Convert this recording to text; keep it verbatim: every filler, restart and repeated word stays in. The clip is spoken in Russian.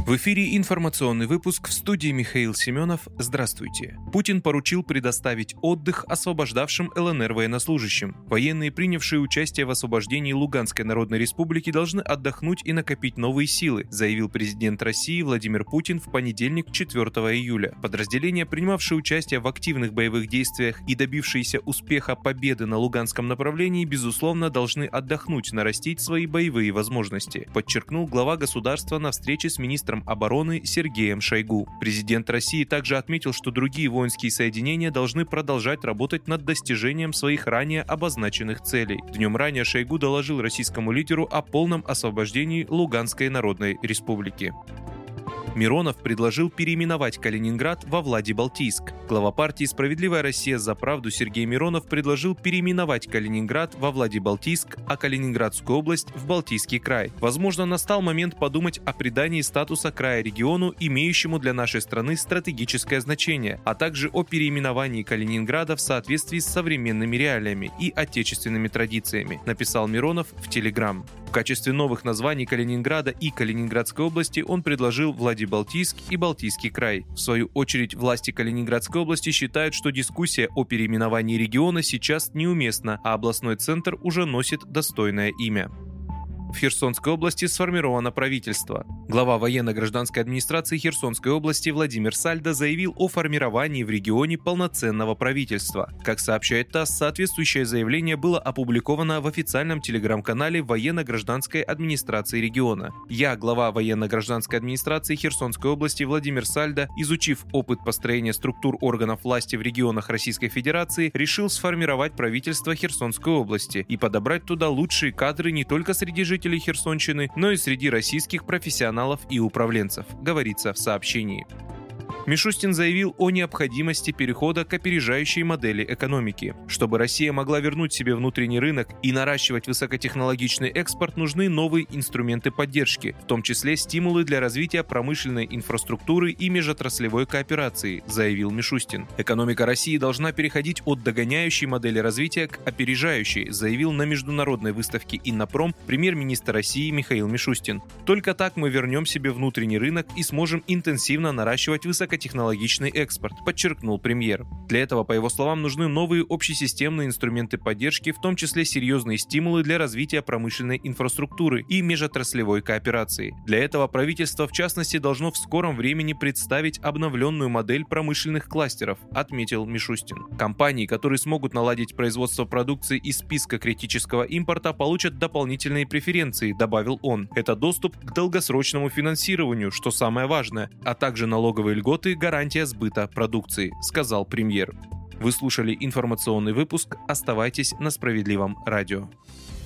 В эфире информационный выпуск, в студии Михаил Семенов. Здравствуйте. Путин поручил предоставить отдых освобождавшим ЛНР военнослужащим. Военные, принявшие участие в освобождении Луганской Народной Республики, должны отдохнуть и накопить новые силы, заявил президент России Владимир Путин в понедельник, четвёртого июля. Подразделения, принимавшие участие в активных боевых действиях и добившиеся успеха победы на Луганском направлении, безусловно, должны отдохнуть, нарастить свои боевые возможности, подчеркнул глава государства на встрече с министром обороны Сергеем Шойгу. Президент России также отметил, что другие воинские соединения должны продолжать работать над достижением своих ранее обозначенных целей. Днем ранее Шойгу доложил российскому лидеру о полном освобождении Луганской Народной Республики. Миронов предложил переименовать Калининград во Владибалтийск. Глава партии «Справедливая Россия за правду» Сергей Миронов предложил переименовать Калининград во Владибалтийск, а Калининградскую область в Балтийский край. Возможно, настал момент подумать о придании статуса края региону, имеющему для нашей страны стратегическое значение, а также о переименовании Калининграда в соответствии с современными реалиями и отечественными традициями, написал Миронов в Телеграм. В качестве новых названий Калининграда и Калининградской области он предложил Владибалтийск и Балтийский край. В свою очередь, власти Калининградской области считают, что дискуссия о переименовании региона сейчас неуместна, а областной центр уже носит достойное имя. В Херсонской области сформировано правительство. Глава военно-гражданской администрации Херсонской области Владимир Сальдо заявил о формировании в регионе полноценного правительства. Как сообщает ТАСС, соответствующее заявление было опубликовано в официальном телеграм-канале военно-гражданской администрации региона. Я, глава военно-гражданской администрации Херсонской области Владимир Сальдо, изучив опыт построения структур органов власти в регионах Российской Федерации, решил сформировать правительство Херсонской области и подобрать туда лучшие кадры не только среди жителей Херсонщины, но и среди российских профессионалов и управленцев, говорится в сообщении. Мишустин заявил о необходимости перехода к опережающей модели экономики. Чтобы Россия могла вернуть себе внутренний рынок и наращивать высокотехнологичный экспорт, нужны новые инструменты поддержки, в том числе стимулы для развития промышленной инфраструктуры и межотраслевой кооперации, заявил Мишустин. Экономика России должна переходить от догоняющей модели развития к опережающей, заявил на международной выставке «Иннопром» премьер-министр России Михаил Мишустин. Только так мы вернем себе внутренний рынок и сможем интенсивно наращивать высокотехнологичный технологичный экспорт, подчеркнул премьер. Для этого, по его словам, нужны новые общесистемные инструменты поддержки, в том числе серьезные стимулы для развития промышленной инфраструктуры и межотраслевой кооперации. Для этого правительство, в частности, должно в скором времени представить обновленную модель промышленных кластеров, отметил Мишустин. Компании, которые смогут наладить производство продукции из списка критического импорта, получат дополнительные преференции, добавил он. Это доступ к долгосрочному финансированию, что самое важное, а также налоговые льготы, гарантия сбыта продукции, сказал премьер. Вы слушали информационный выпуск. Оставайтесь на Справедливом радио.